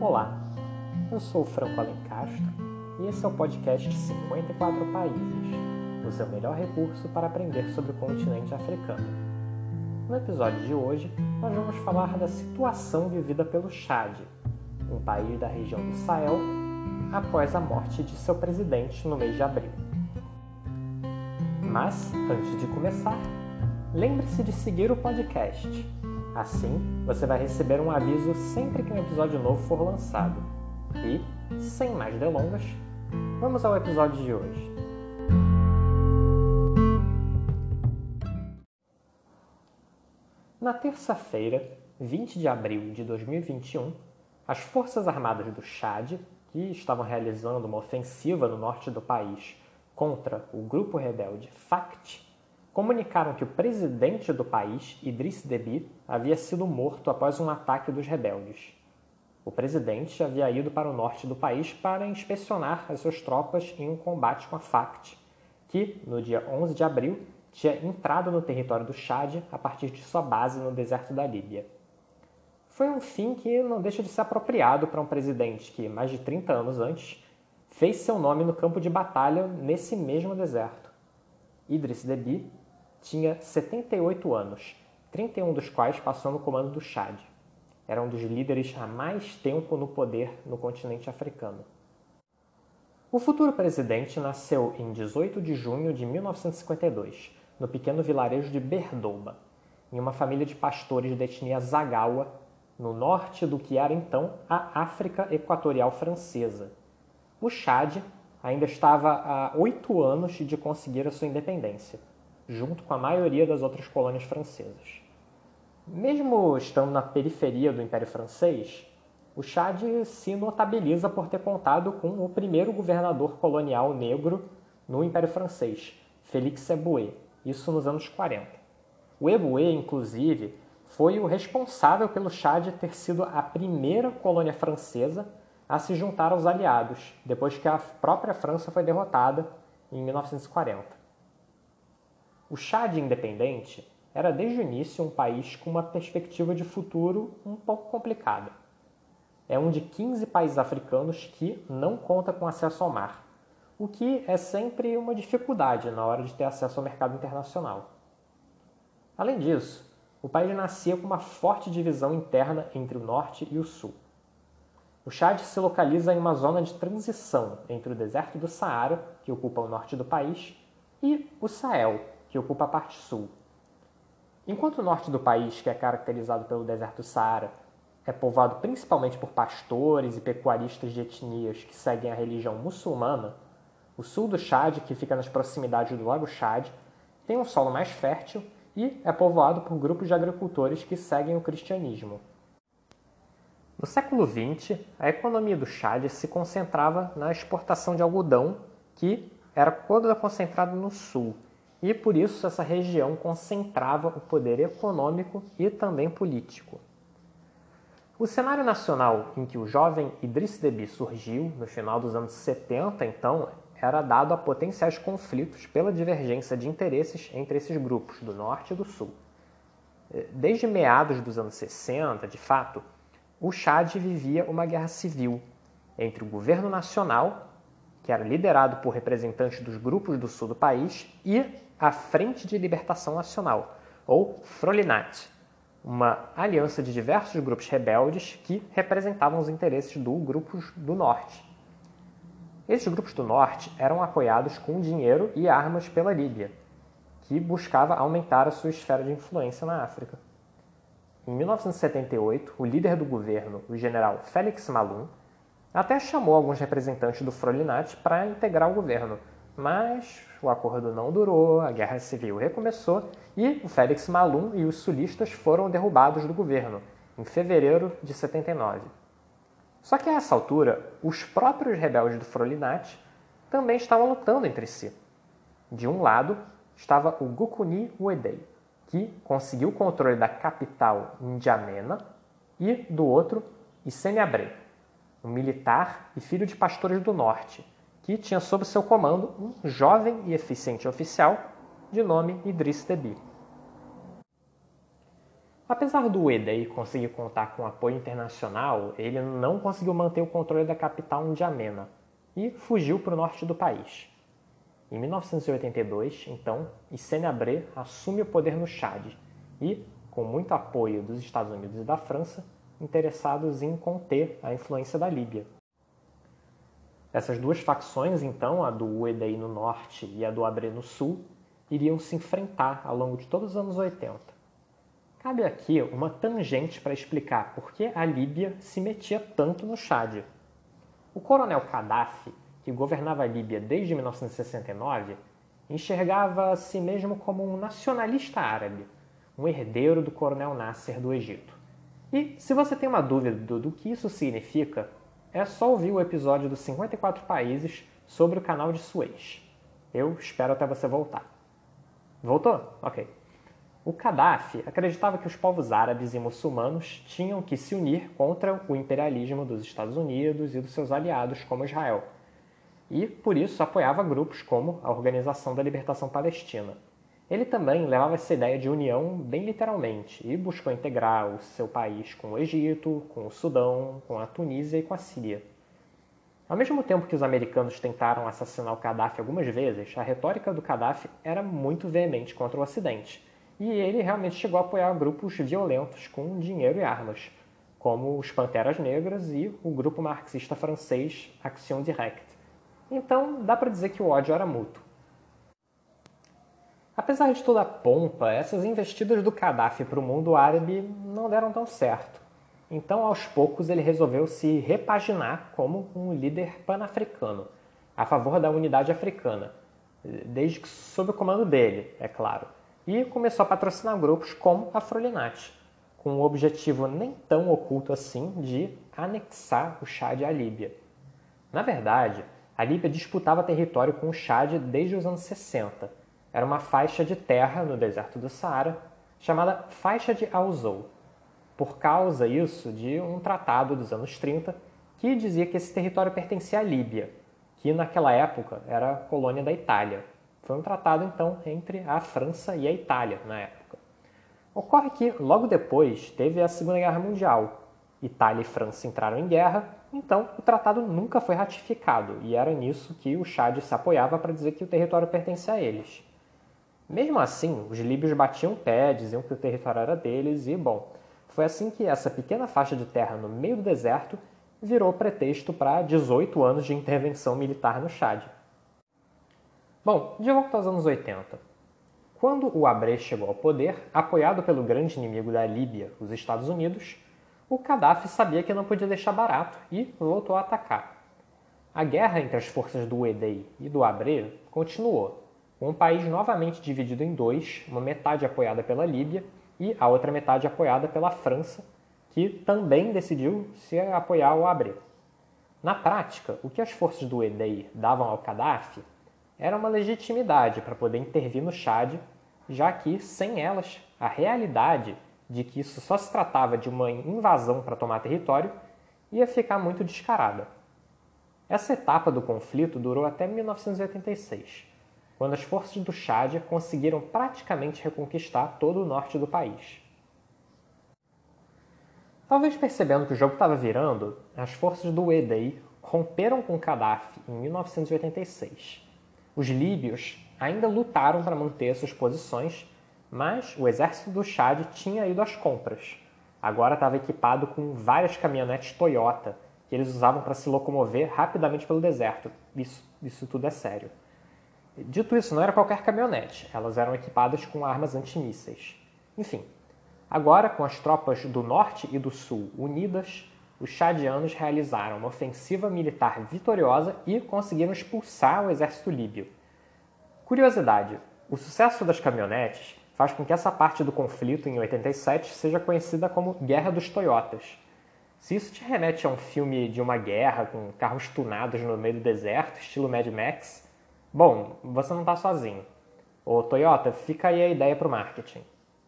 Olá, eu sou o Franco Alencastro e esse é o podcast 54 Países, o seu melhor recurso para aprender sobre o continente africano. No episódio de hoje, nós vamos falar da situação vivida pelo Chad, um país da região do Sahel, após a morte de seu presidente no mês de abril. Mas, antes de começar, lembre-se de seguir o podcast. Assim, você vai receber um aviso sempre que um episódio novo for lançado. E, sem mais delongas, vamos ao episódio de hoje. Na terça-feira, 20 de abril de 2021, as Forças Armadas do Chad, que estavam realizando uma ofensiva no norte do país contra o grupo rebelde FACT, comunicaram que o presidente do país, Idriss Déby, havia sido morto após um ataque dos rebeldes. O presidente havia ido para o norte do país para inspecionar as suas tropas em um combate com a FACT, que, no dia 11 de abril, tinha entrado no território do Chad a partir de sua base no deserto da Líbia. Foi um fim que não deixa de ser apropriado para um presidente que, mais de 30 anos antes, fez seu nome no campo de batalha nesse mesmo deserto. Idriss Déby tinha 78 anos, 31 dos quais passou no comando do Chad. Era um dos líderes há mais tempo no poder no continente africano. O futuro presidente nasceu em 18 de junho de 1952, no pequeno vilarejo de Berdouba, em uma família de pastores da etnia Zagawa, no norte do que era então a África Equatorial Francesa. O Chad ainda estava a 8 anos de conseguir a sua independência, junto com a maioria das outras colônias francesas. Mesmo estando na periferia do Império Francês, o Chad se notabiliza por ter contado com o primeiro governador colonial negro no Império Francês, Félix Éboué, isso nos anos 40. O Éboué, inclusive, foi o responsável pelo Chad ter sido a primeira colônia francesa a se juntar aos aliados, depois que a própria França foi derrotada em 1940. O Chad independente era desde o início um país com uma perspectiva de futuro um pouco complicada. É um de 15 países africanos que não conta com acesso ao mar, o que é sempre uma dificuldade na hora de ter acesso ao mercado internacional. Além disso, o país nascia com uma forte divisão interna entre o norte e o sul. O Chad se localiza em uma zona de transição entre o deserto do Saara, que ocupa o norte do país, e o Sahel, que ocupa a parte sul. Enquanto o norte do país, que é caracterizado pelo deserto do Saara, é povoado principalmente por pastores e pecuaristas de etnias que seguem a religião muçulmana, o sul do Chad, que fica nas proximidades do Lago Chad, tem um solo mais fértil e é povoado por grupos de agricultores que seguem o cristianismo. No século XX, a economia do Chad se concentrava na exportação de algodão, que era toda concentrada no sul, e por isso essa região concentrava o poder econômico e também político. O cenário nacional em que o jovem Idriss Déby surgiu, no final dos anos 70, então, era dado a potenciais conflitos pela divergência de interesses entre esses grupos, do norte e do sul. Desde meados dos anos 60, de fato, o Chad vivia uma guerra civil entre o governo nacional, que era liderado por representantes dos grupos do sul do país, e a Frente de Libertação Nacional, ou Frolinat, uma aliança de diversos grupos rebeldes que representavam os interesses dos grupos do norte. Esses grupos do norte eram apoiados com dinheiro e armas pela Líbia, que buscava aumentar a sua esfera de influência na África. Em 1978, o líder do governo, o general Félix Malum, até chamou alguns representantes do Frolinat para integrar o governo, mas o acordo não durou, a guerra civil recomeçou e o Félix Malum e os sulistas foram derrubados do governo em fevereiro de 79. Só que a essa altura, os próprios rebeldes do Frolinat também estavam lutando entre si. De um lado estava o Gukuni Uedei, que conseguiu o controle da capital N'Djamena, e do outro, Hissène Habré, um militar e filho de pastores do norte, que tinha sob seu comando um jovem e eficiente oficial de nome Idriss Déby. Apesar do Uedei conseguir contar com apoio internacional, ele não conseguiu manter o controle da capital N'Djamena e fugiu para o norte do país. Em 1982, então, Hissène Habré assume o poder no Chad e, com muito apoio dos Estados Unidos e da França, interessados em conter a influência da Líbia. Essas duas facções, então, a do Uedei no norte e a do Habré no sul, iriam se enfrentar ao longo de todos os anos 80. Cabe aqui uma tangente para explicar por que a Líbia se metia tanto no Chad. O coronel Gaddafi, que governava a Líbia desde 1969, enxergava a si mesmo como um nacionalista árabe, um herdeiro do coronel Nasser do Egito. E se você tem uma dúvida do que isso significa, é só ouvir o episódio dos 54 países sobre o canal de Suez. Eu espero até você voltar. Voltou? Ok. O Gaddafi acreditava que os povos árabes e muçulmanos tinham que se unir contra o imperialismo dos Estados Unidos e dos seus aliados, como Israel. E, por isso, apoiava grupos como a Organização da Libertação Palestina. Ele também levava essa ideia de união bem literalmente e buscou integrar o seu país com o Egito, com o Sudão, com a Tunísia e com a Síria. Ao mesmo tempo que os americanos tentaram assassinar o Gaddafi algumas vezes, a retórica do Gaddafi era muito veemente contra o Ocidente. E ele realmente chegou a apoiar grupos violentos com dinheiro e armas, como os Panteras Negras e o grupo marxista francês Action Directe. Então, dá para dizer que o ódio era mútuo. Apesar de toda a pompa, essas investidas do Gaddafi para o mundo árabe não deram tão certo. Então, aos poucos, ele resolveu se repaginar como um líder pan-africano, a favor da unidade africana, desde que sob o comando dele, é claro. E começou a patrocinar grupos como a Frolinat, com o objetivo nem tão oculto assim de anexar o Chad à Líbia. Na verdade, a Líbia disputava território com o Chad desde os anos 60. Era uma faixa de terra no deserto do Saara, chamada Faixa de Al-Zoul, por causa isso de um tratado dos anos 30 que dizia que esse território pertencia à Líbia, que naquela época era colônia da Itália. Foi um tratado, então, entre a França e a Itália, na época. Ocorre que, logo depois, teve a Segunda Guerra Mundial. Itália e França entraram em guerra, então o tratado nunca foi ratificado, e era nisso que o Chad se apoiava para dizer que o território pertencia a eles. Mesmo assim, os líbios batiam o pé, diziam que o território era deles, e, bom, foi assim que essa pequena faixa de terra no meio do deserto virou pretexto para 18 anos de intervenção militar no Chad. Bom, de volta aos anos 80. Quando o Habré chegou ao poder, apoiado pelo grande inimigo da Líbia, os Estados Unidos, o Gaddafi sabia que não podia deixar barato e voltou a atacar. A guerra entre as forças do Uedei e do Habré continuou, com o país novamente dividido em dois, uma metade apoiada pela Líbia e a outra metade apoiada pela França, que também decidiu se apoiar o Habré. Na prática, o que as forças do Uedei davam ao Gaddafi era uma legitimidade para poder intervir no Chad, já que, sem elas, a realidade de que isso só se tratava de uma invasão para tomar território ia ficar muito descarada. Essa etapa do conflito durou até 1986, quando as forças do Chad conseguiram praticamente reconquistar todo o norte do país. Talvez percebendo que o jogo estava virando, as forças do Uedei romperam com Gaddafi em 1986. Os líbios ainda lutaram para manter suas posições, mas o exército do Chad tinha ido às compras. Agora estava equipado com várias caminhonetes Toyota, que eles usavam para se locomover rapidamente pelo deserto. Isso tudo é sério. Dito isso, não era qualquer caminhonete, elas eram equipadas com armas antimísseis. Enfim, agora com as tropas do norte e do sul unidas, os chadianos realizaram uma ofensiva militar vitoriosa e conseguiram expulsar o exército líbio. Curiosidade, o sucesso das caminhonetes faz com que essa parte do conflito em 87 seja conhecida como Guerra dos Toyotas. Se isso te remete a um filme de uma guerra com carros tunados no meio do deserto, estilo Mad Max, bom, você não está sozinho. Ô Toyota, fica aí a ideia para o marketing.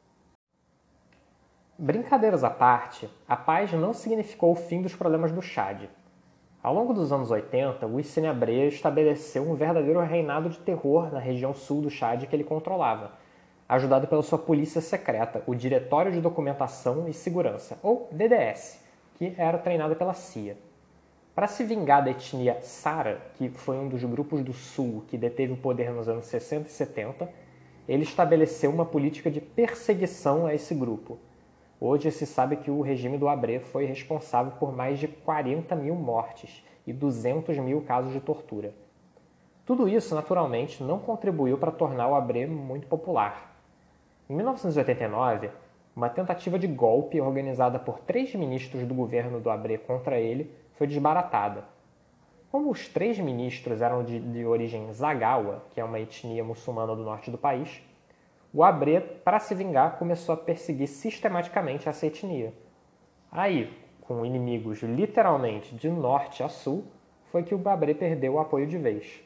Brincadeiras à parte, a paz não significou o fim dos problemas do Chad. Ao longo dos anos 80, o Hissène Habré estabeleceu um verdadeiro reinado de terror na região sul do Chad que ele controlava, ajudado pela sua polícia secreta, o Diretório de Documentação e Segurança, ou DDS, que era treinado pela CIA. Para se vingar da etnia Sara, que foi um dos grupos do Sul que deteve o poder nos anos 60 e 70, ele estabeleceu uma política de perseguição a esse grupo. Hoje se sabe que o regime do Habré foi responsável por mais de 40 mil mortes e 200 mil casos de tortura. Tudo isso, naturalmente, não contribuiu para tornar o Habré muito popular. Em 1989, uma tentativa de golpe organizada por 3 ministros do governo do Habré contra ele foi desbaratada. Como os 3 ministros eram de origem Zagawa, que é uma etnia muçulmana do norte do país, o Habré, para se vingar, começou a perseguir sistematicamente essa etnia. Aí, com inimigos literalmente de norte a sul, foi que o Habré perdeu o apoio de vez.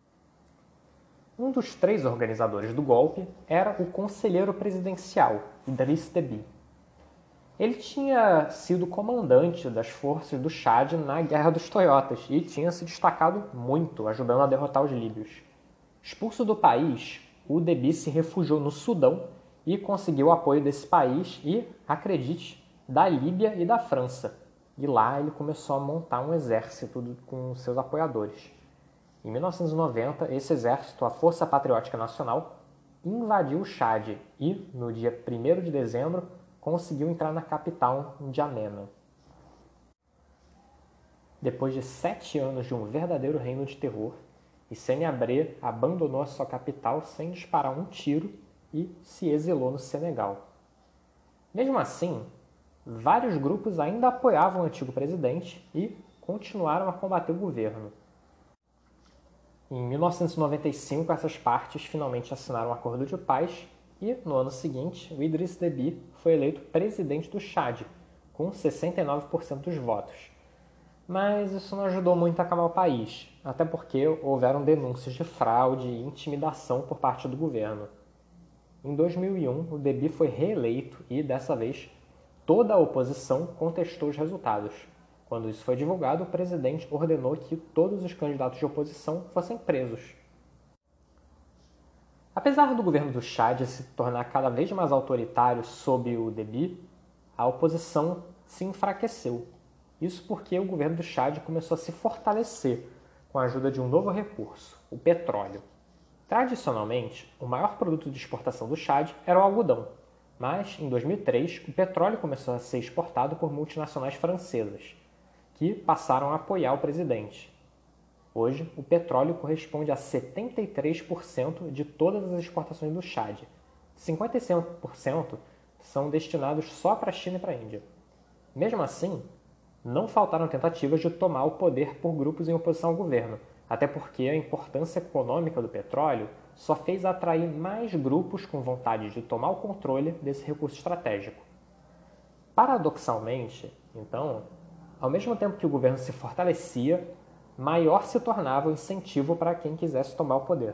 Um dos 3 organizadores do golpe era o conselheiro presidencial, Idriss Déby. Ele tinha sido comandante das forças do Chad na Guerra dos Toyotas e tinha se destacado muito, ajudando a derrotar os líbios. Expulso do país, o Déby se refugiou no Sudão e conseguiu o apoio desse país e, acredite, da Líbia e da França. E lá ele começou a montar um exército com seus apoiadores. Em 1990, esse exército, a Força Patriótica Nacional, invadiu o Chad e, no dia 1º de dezembro, conseguiu entrar na capital, N'Djamena. Depois de 7 anos de um verdadeiro reino de terror, Hissène Habré abandonou a sua capital sem disparar um tiro e se exilou no Senegal. Mesmo assim, vários grupos ainda apoiavam o antigo presidente e continuaram a combater o governo. Em 1995, essas partes finalmente assinaram um acordo de paz e, no ano seguinte, o Idriss Déby foi eleito presidente do Chad, com 69% dos votos. Mas isso não ajudou muito a acalmar o país, até porque houveram denúncias de fraude e intimidação por parte do governo. Em 2001, o Déby foi reeleito e, dessa vez, toda a oposição contestou os resultados. Quando isso foi divulgado, o presidente ordenou que todos os candidatos de oposição fossem presos. Apesar do governo do Chad se tornar cada vez mais autoritário sob o Déby, a oposição se enfraqueceu. Isso porque o governo do Chad começou a se fortalecer com a ajuda de um novo recurso, o petróleo. Tradicionalmente, o maior produto de exportação do Chad era o algodão, mas em 2003 o petróleo começou a ser exportado por multinacionais francesas, que passaram a apoiar o presidente. Hoje, o petróleo corresponde a 73% de todas as exportações do Chad. 55% são destinados só para a China e para a Índia. Mesmo assim, não faltaram tentativas de tomar o poder por grupos em oposição ao governo, até porque a importância econômica do petróleo só fez atrair mais grupos com vontade de tomar o controle desse recurso estratégico. Paradoxalmente, então, ao mesmo tempo que o governo se fortalecia, maior se tornava o incentivo para quem quisesse tomar o poder.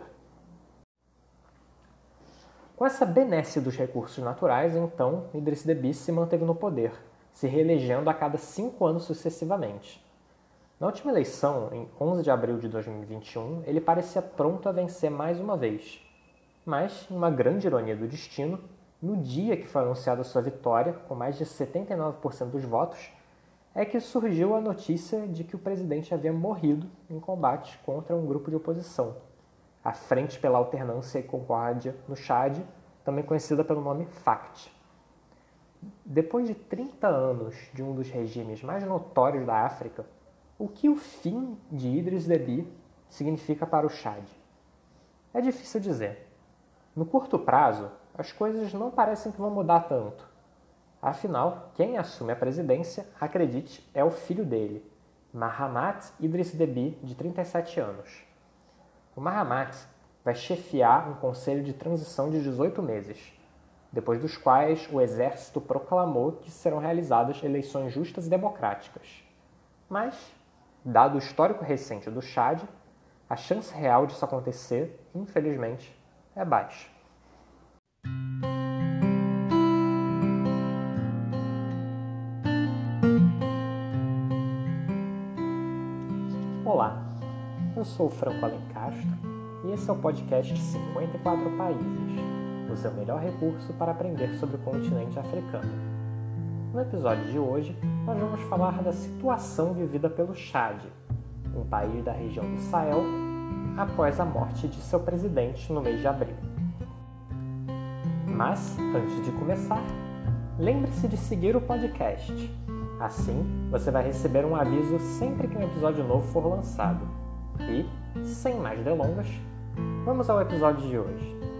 Com essa benesse dos recursos naturais, então, Idriss Déby se manteve no poder, se reelegendo a cada 5 anos sucessivamente. Na última eleição, em 11 de abril de 2021, ele parecia pronto a vencer mais uma vez. Mas, em uma grande ironia do destino, no dia que foi anunciada sua vitória, com mais de 79% dos votos, é que surgiu a notícia de que o presidente havia morrido em combate contra um grupo de oposição, a Frente pela Alternância e Concórdia no Chad, também conhecida pelo nome FACT. Depois de 30 anos de um dos regimes mais notórios da África, o que o fim de Idriss Déby significa para o Chad? É difícil dizer. No curto prazo, as coisas não parecem que vão mudar tanto. Afinal, quem assume a presidência, acredite, é o filho dele, Mahamat Idriss Déby, de 37 anos. O Mahamat vai chefiar um conselho de transição de 18 meses, depois dos quais o exército proclamou que serão realizadas eleições justas e democráticas. Mas, dado o histórico recente do Chad, a chance real disso acontecer, infelizmente, é baixa. Olá, eu sou o Franco Alencastro e esse é o podcast 54 Países, o o seu melhor recurso para aprender sobre o continente africano. No episódio de hoje, nós vamos falar da situação vivida pelo Chad, um país da região do Sahel, após a morte de seu presidente no mês de abril. Mas, antes de começar, lembre-se de seguir o podcast. Assim, você vai receber um aviso sempre que um episódio novo for lançado. E, sem mais delongas, vamos ao episódio de hoje.